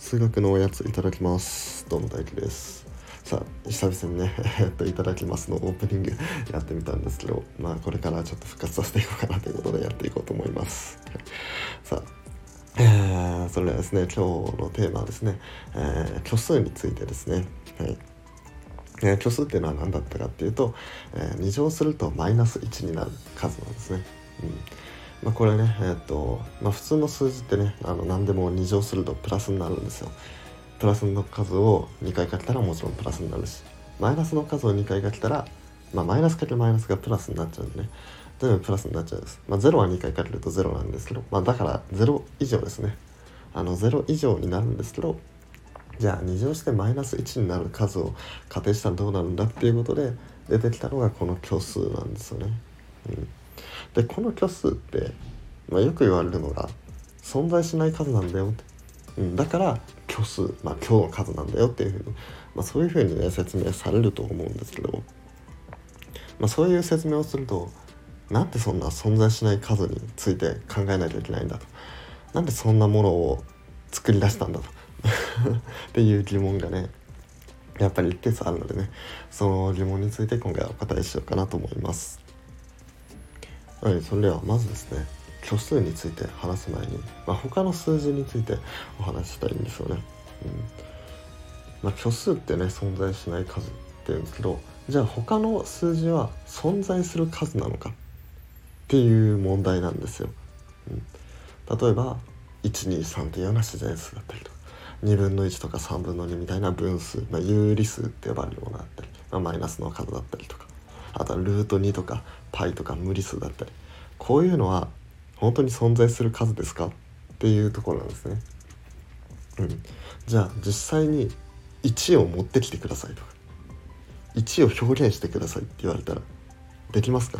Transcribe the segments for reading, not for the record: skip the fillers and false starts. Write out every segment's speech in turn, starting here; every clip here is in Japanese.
数学のおやついただきます。どうも大輝です。さあ久々にねいただきますのオープニングやってみたんですけど、これからちょっと復活させていこうかなということでやっていこうと思います。さあ、それではですね、今日のテーマはですね、虚数についてですね。虚数っていうのは何だったかっていうと、2乗するとマイナス1になる数なんですね。これね、普通の数字ってね、何でも2乗するとプラスになるんですよ。プラスの数を2回かけたらもちろんプラスになるし、マイナスの数を2回かけたら、マイナスかけるマイナスがプラスになっちゃうんでね、全部プラスになっちゃうんです。0は2回かけると0なんですけど、だから0以上ですね。0以上になるんですけど、じゃあ2乗してマイナス1になる数を仮定したらどうなるんだっていうことで出てきたのがこの虚数なんですよね。でこの虚数って、よく言われるのが存在しない数なんだよって、だから虚数、虚の数なんだよっていうふうに、そういうふうにね説明されると思うんですけど、そういう説明をすると、なんでそんな存在しない数について考えないといけないんだと、なんでそんなものを作り出したんだとっていう疑問がねやっぱり一定数あるのでね、その疑問について今回はお答えしようかなと思います。はい、それではまずですね、虚数について話す前に、他の数字についてお話ししたいんですよね。虚数ってね存在しない数っていうんですけど、じゃあ他の数字は存在する数なのかっていう問題なんですよ。例えば123っていうような自然数だったりとか、2分の1とか3分の2みたいな分数、有理数って呼ばれるものだったり、マイナスの数だったりとか、あとはルート2とかパイとか無理数だったり、こういうのは本当に存在する数ですかっていうところなんですね。じゃあ実際に1を持ってきてくださいとか、1を表現してくださいって言われたらできますか？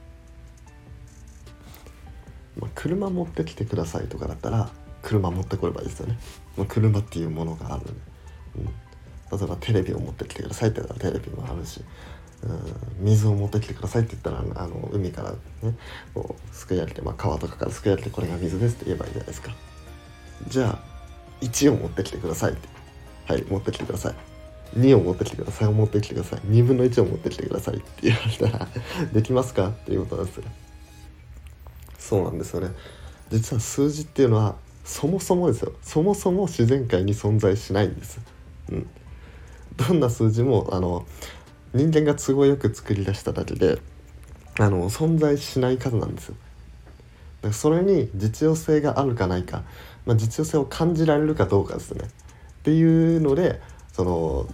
車持ってきてくださいとかだったら車持ってこればいいですよね。車っていうものがあるので、例えばテレビを持ってきてくださいって言ったらテレビもあるし、水を持ってきてくださいって言ったら海からねこうすくい上げて、川とかからすくい上げてこれが水ですって言えばいいじゃないですか。じゃあ1を持ってきてくださいって、はい持ってきてください。2を持ってきてください、持ってきてください、2分の1を持ってきてくださいって言われたらできますかっていうことなんですよ。そうなんですよね。実は数字っていうのはそもそも自然界に存在しないんです。どんな数字も人間が都合よく作り出しただけで存在しない数なんですよ。だからそれに実用性があるかないか、実用性を感じられるかどうかですねっていうので、その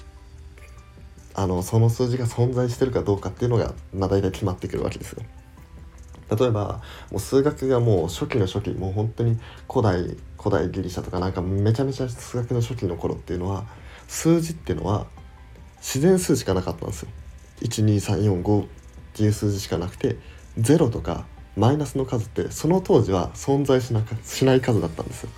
数字が存在してるかどうかっていうのが大体決まってくるわけですよ。例えばもう数学がもう初期の初期、もう本当に古代ギリシャとかめちゃめちゃ数学の初期の頃っていうのは、数字っていうのは自然数しかなかったんですよ。12345っていう数字しかなくて、0とかマイナスの数ってその当時は存在しない数だったんですよ。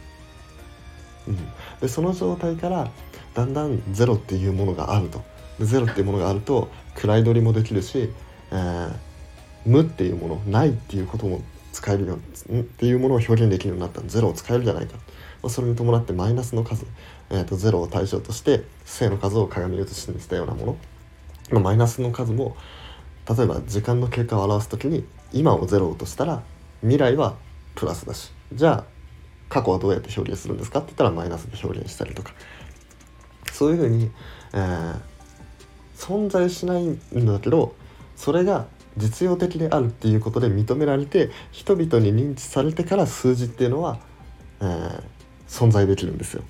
でその状態からだんだん0っていうものがあると、で0っていうものがあると位取りもできるし、無っていうもの、ないっていうことも使えるよっていうものを表現できるようになった。0を使えるじゃないか、それに伴ってマイナスの数、0を対象として正の数を鏡写しにしたようなもの、マイナスの数も例えば時間の経過を表すときに今を0としたら未来はプラスだし、じゃあ過去はどうやって表現するんですかって言ったらマイナスで表現したりとか、そういうふうに、存在しないんだけどそれが実用的であるっていうことで認められて人々に認知されてから数字っていうのは、存在できるんですよ。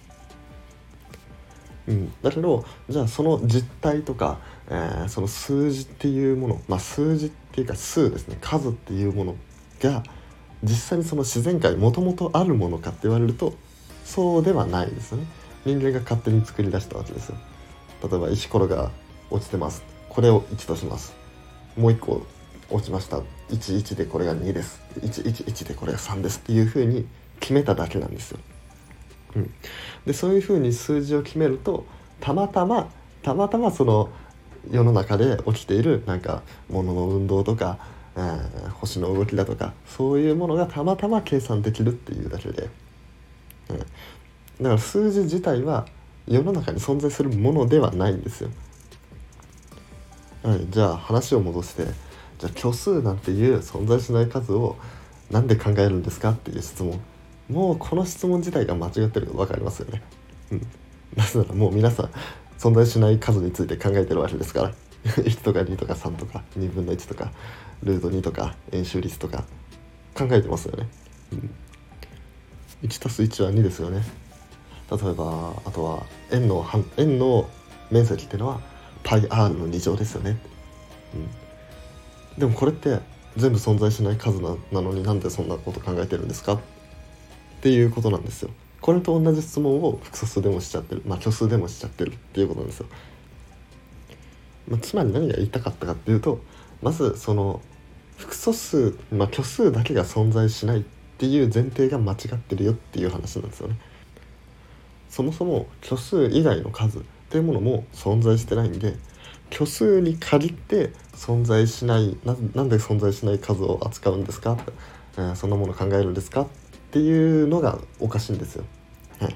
だけどじゃあその実態とか、その数字っていうもの、数字っていうか数ですね、数っていうものが実際にその自然界もともとあるものかって言われるとそうではないですよね。人間が勝手に作り出したわけですよ。例えば石ころが落ちてます、これを1とします。もう1個落ちました、11でこれが2です、111でこれが3ですっていう風に決めただけなんですよ。でそういう風に数字を決めるとたまたまその世の中で起きている物の運動とか、星の動きだとかそういうものがたまたま計算できるっていうだけで、 だから数字自体は世の中に存在するものではないんですよ。はい、じゃあ話を戻して、じゃあ虚数なんていう存在しない数をなんで考えるんですかっていう質問。もうこの質問自体が間違ってるの分かりますよね。なぜならもう皆さん存在しない数について考えてるわけですから1とか2とか3とか2分の1とかルート2とか円周率とか考えてますよね。1たす1は2ですよね。例えばあとは円の面積っていうのは πr の2乗ですよね。でもこれって全部存在しない数なのになんでそんなこと考えてるんですかっていうことなんですよ。これと同じ質問を複素数でもしちゃってる、虚数でもしちゃってるっていうことなんですよ。つまり何が言いたかったかっていうと、まずその複素数、虚数だけが存在しないっていう前提が間違ってるよっていう話なんですよね。そもそも虚数以外の数っていうものも存在してないんで、虚数に限って存在しない、なんで存在しない数を扱うんですか、そんなもの考えるんですかっていうのがおかしいんですよ。はい、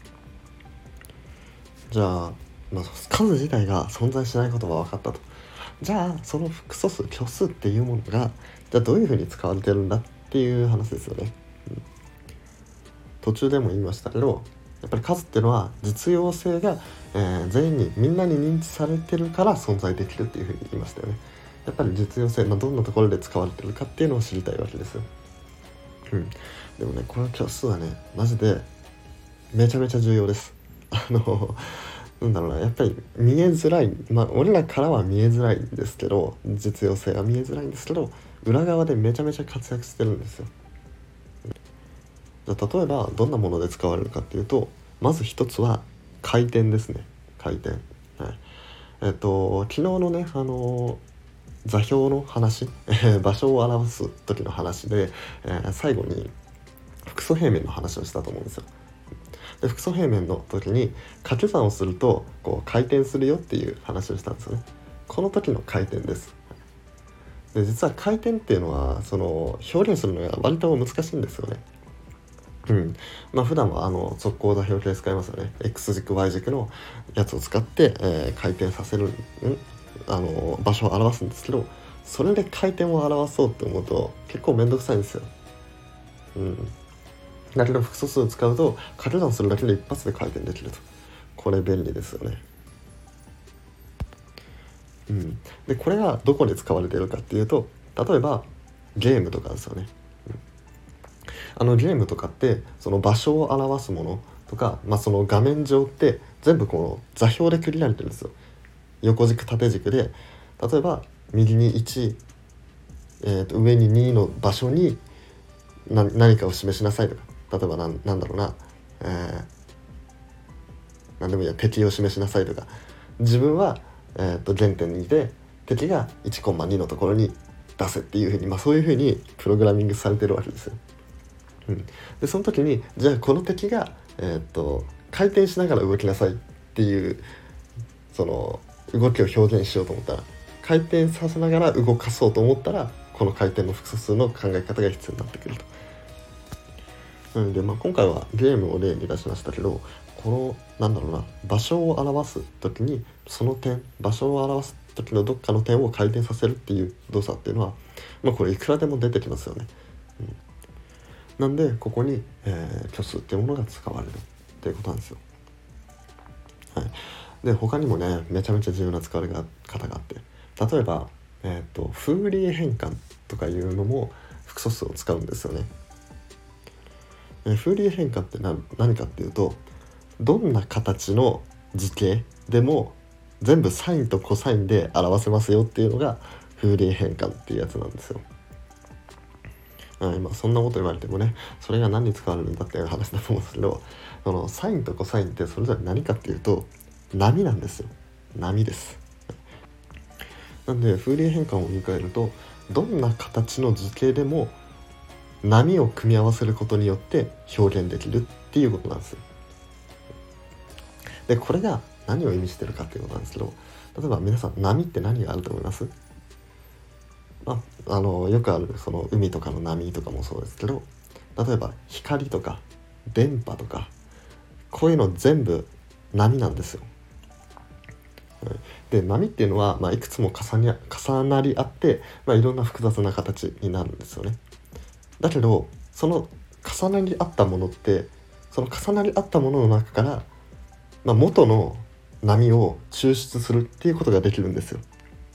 じゃあ、数自体が存在しないことは分かったと。じゃあその複素数虚数っていうものがじゃあどういうふうに使われてるんだっていう話ですよね。途中でも言いましたけど、やっぱり数っていうのは実用性が、全員にみんなに認知されてるから存在できるっていうふうに言いましたよね。やっぱり実用性、どんなところで使われてるかっていうのを知りたいわけですよ。でもね、この虚数はねマジでめちゃめちゃ重要です。なんだろうな、やっぱり見えづらい、俺らからは見えづらいんですけど、実用性が見えづらいんですけど、裏側でめちゃめちゃ活躍してるんですよ。じゃあ例えばどんなもので使われるかっていうと、まず一つは回転ですね。回転。はい。昨日のね、座標の話、場所を表す時の話で、最後に複素平面の話をしたと思うんですよ。で複素平面の時に掛け算をするとこう回転するよっていう話をしたんですよね。この時の回転です。で実は回転っていうのはその表現するのが割と難しいんですよね。普段は速攻座標系使いますよね。 X 軸 Y 軸のやつを使って、回転させる場所を表すんですけど、それで回転を表そうって思うと結構めんどくさいんですよ。だけど複素数を使うと掛け算するだけで一発で回転できると。これ便利ですよね。でこれがどこで使われているかっていうと、例えばゲームとかですよね。ゲームとかってその場所を表すものとか、その画面上って全部この座標で区切られてるんですよ。横軸縦軸で、例えば右に1、上に2の場所に何かを示しなさいとか、例えばなんだろうな、何でもいいや、敵を示しなさいとか、自分は、原点にいて敵が 1,2 のところに出せっていうふうに、そういうふうにプログラミングされてるわけですよ。でその時にじゃあこの敵が、回転しながら動きなさいっていうその動きを表現しようと思ったら、回転させながら動かそうと思ったらこの回転の複素数の考え方が必要になってくると。なので、今回はゲームを例に出しましたけど、この場所を表す時にその場所を表す時のどっかの点を回転させるっていう動作っていうのは、これいくらでも出てきますよね。なんでここに、虚数っていうものが使われるっていうことなんですよ。で他にもねめちゃめちゃ重要な使われ方があって、例えば、フーリエ変換とかいうのも複素数を使うんですよね。フーリエ変換って何かっていうと、どんな形の図形でも全部サインとコサインで表せますよっていうのがフーリエ変換っていうやつなんですよ。そんなこと言われてもね、それが何に使われるんだっていう話だと思うんですけど、そのサインとコサインってそれぞれ何かっていうと波なんですよ。波です。なんでフーリエ変換を言い換えると、どんな形の図形でも波を組み合わせることによって表現できるっていうことなんですよ。でこれが何を意味してるかっていうことなんですけど、例えば皆さん波って何があると思います？よくあるその海とかの波とかもそうですけど、例えば光とか電波とかこういうの全部波なんですよ。で波っていうのは、いくつも重なり合って、いろんな複雑な形になるんですよね。だけどその重なり合ったものってその重なり合ったものの中から、元の波を抽出するっていうことができるんですよ。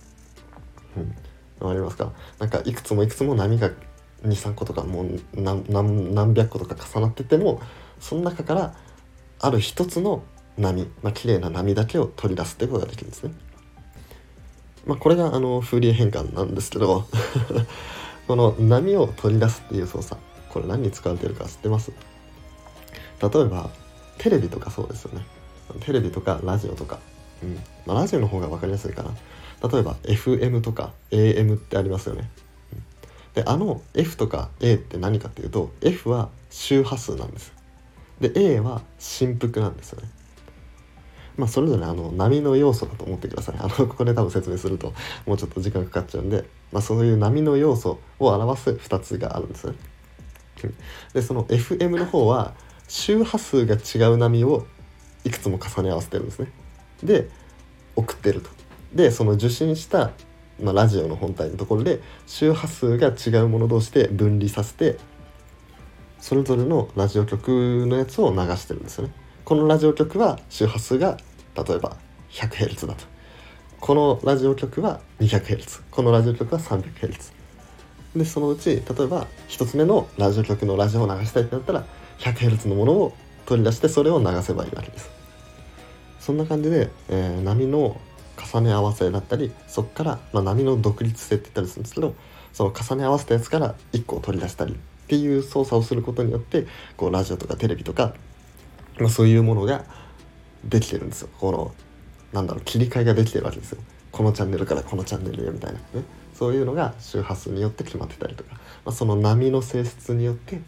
わかりますか？なんかいくつも波が 2,3 個とかもう何百個とか重なってても、その中からある一つの波、綺麗な波だけを取り出すってことができるんですね。これがフーリエ変換なんですけどこの波を取り出すっていう操作、これ何に使われているか知ってます？例えばテレビとかそうですよね。テレビとかラジオとか、ラジオの方が分かりやすいかな。例えば FM とか AM ってありますよね。でF とか A って何かっていうと、 F は周波数なんです。で A は振幅なんですよね。それぞれ波の要素だと思ってください。ここで多分説明するともうちょっと時間かかっちゃうんで、そういう波の要素を表す2つがあるんですね。でその FM の方は周波数が違う波をいくつも重ね合わせてるんですね。で送ってると。でその受信した、ラジオの本体のところで周波数が違うもの同士で分離させて、それぞれのラジオ局のやつを流してるんですよね。このラジオ局は周波数が例えば 100Hz だと、このラジオ局は 200Hz、 このラジオ局は 300Hz で、そのうち例えば一つ目のラジオ局のラジオを流したいってなったら 100Hz のものを取り出してそれを流せばいいわけです。そんな感じで、波の重ね合わせだったり、そこから、波の独立性って言ったりするんですけど、その重ね合わせたやつから1個を取り出したりっていう操作をすることによって、こうラジオとかテレビとか、そういうものができてるんですよ。切り替えができてるわけですよ。このチャンネルからこのチャンネルへみたいなね、そういうのが周波数によって決まってたりとか、その波の性質によって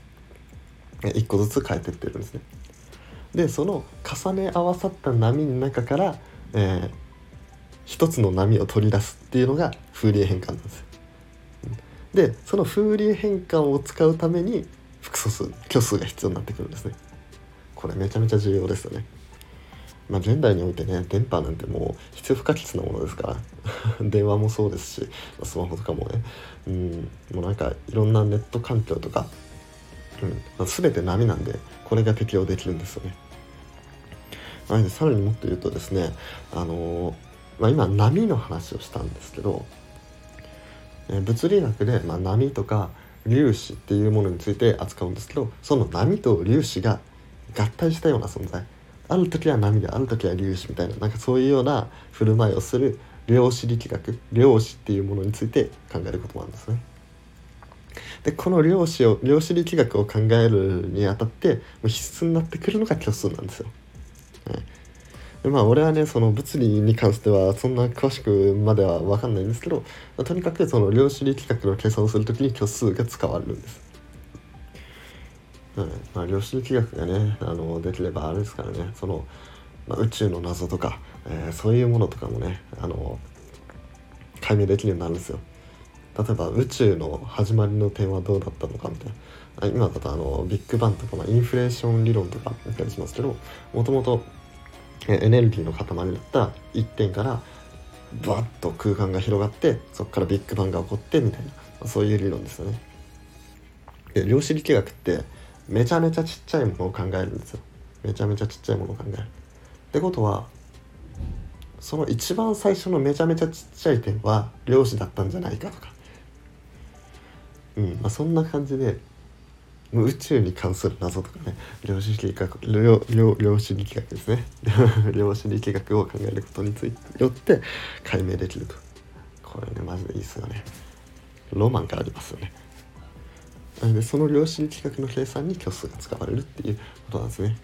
1個ずつ変えてってるんですね。でその重ね合わさった波の中から、一つの波を取り出すっていうのがフーリエ変換なんですよ。でそのフーリエ変換を使うために複素数虚数が必要になってくるんですね。これめちゃめちゃ重要ですよね。現代においてね、電波なんてもう必要不可欠なものですから電話もそうですし、スマホとかもね、もうなんかいろんなネット環境とか、全て波なんでこれが適用できるんですよね。さらにもっと言うとですね、今波の話をしたんですけど、物理学で、波とか粒子っていうものについて扱うんですけど、その波と粒子が合体したような存在、ある時は波である時は粒子みたいな、なんかそういうような振る舞いをする量子力学、量子っていうものについて考えることもあるんですね。でこの量子力学を考えるにあたって必須になってくるのが虚数なんですよ。で俺はね、その物理に関してはそんな詳しくまでは分かんないんですけど、とにかくその量子力学の計算をするときに虚数が使われるんです。量子力学がねできればあれですからね、その、宇宙の謎とか、そういうものとかもね解明できるようになるんですよ。例えば宇宙の始まりの点はどうだったのかみたいな、今だとビッグバンとか、インフレーション理論とか言ったりしますけど、もともとエネルギーの塊だった一点からバッと空間が広がって、そこからビッグバンが起こってみたいな、そういう理論ですよね。で量子力学ってめちゃめちゃちっちゃいものを考えるんですよ。めちゃめちゃちっちゃいものを考えるってことは、その一番最初のめちゃめちゃちっちゃい点は量子だったんじゃないかとか、そんな感じで宇宙に関する謎とかね、量子力学ですね量子力学を考えることによって解明できると。これねマジでいいですよね。ロマンがありますよね。でその量子力学の計算に虚数が使われるっていうことなんですね。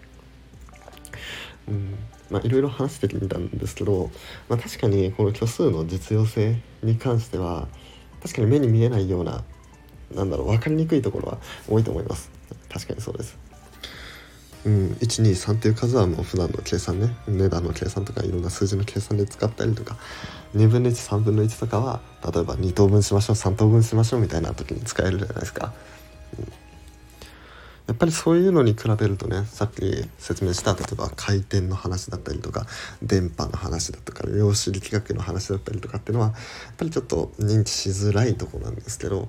いろいろ話してみたんですけど、確かにこの虚数の実用性に関しては確かに目に見えないような分かりにくいところは多いと思います。確かにそうです。123っていう数はもう普段の計算ね、値段の計算とかいろんな数字の計算で使ったりとか、2分の1、3分の1とかは例えば2等分しましょう、3等分しましょうみたいな時に使えるじゃないですか。 やっぱりそういうのに比べるとね、さっき説明した例えば回転の話だったりとか電波の話だとか量子力学の話だったりとかっていうのはやっぱりちょっと認知しづらいところなんですけど、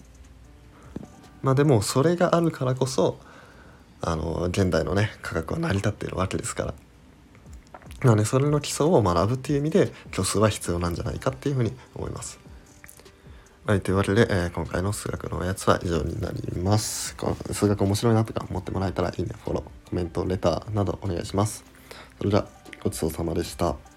でもそれがあるからこそ現代のね科学は成り立っているわけですから、それの基礎を学ぶっていう意味で虚数は必要なんじゃないかっていうふうに思います。はい、というわけで、今回の数学のやつは以上になります。数学面白いなとか思ってもらえたらいいね、フォロー、コメント、レターなどお願いします。それではごちそうさまでした。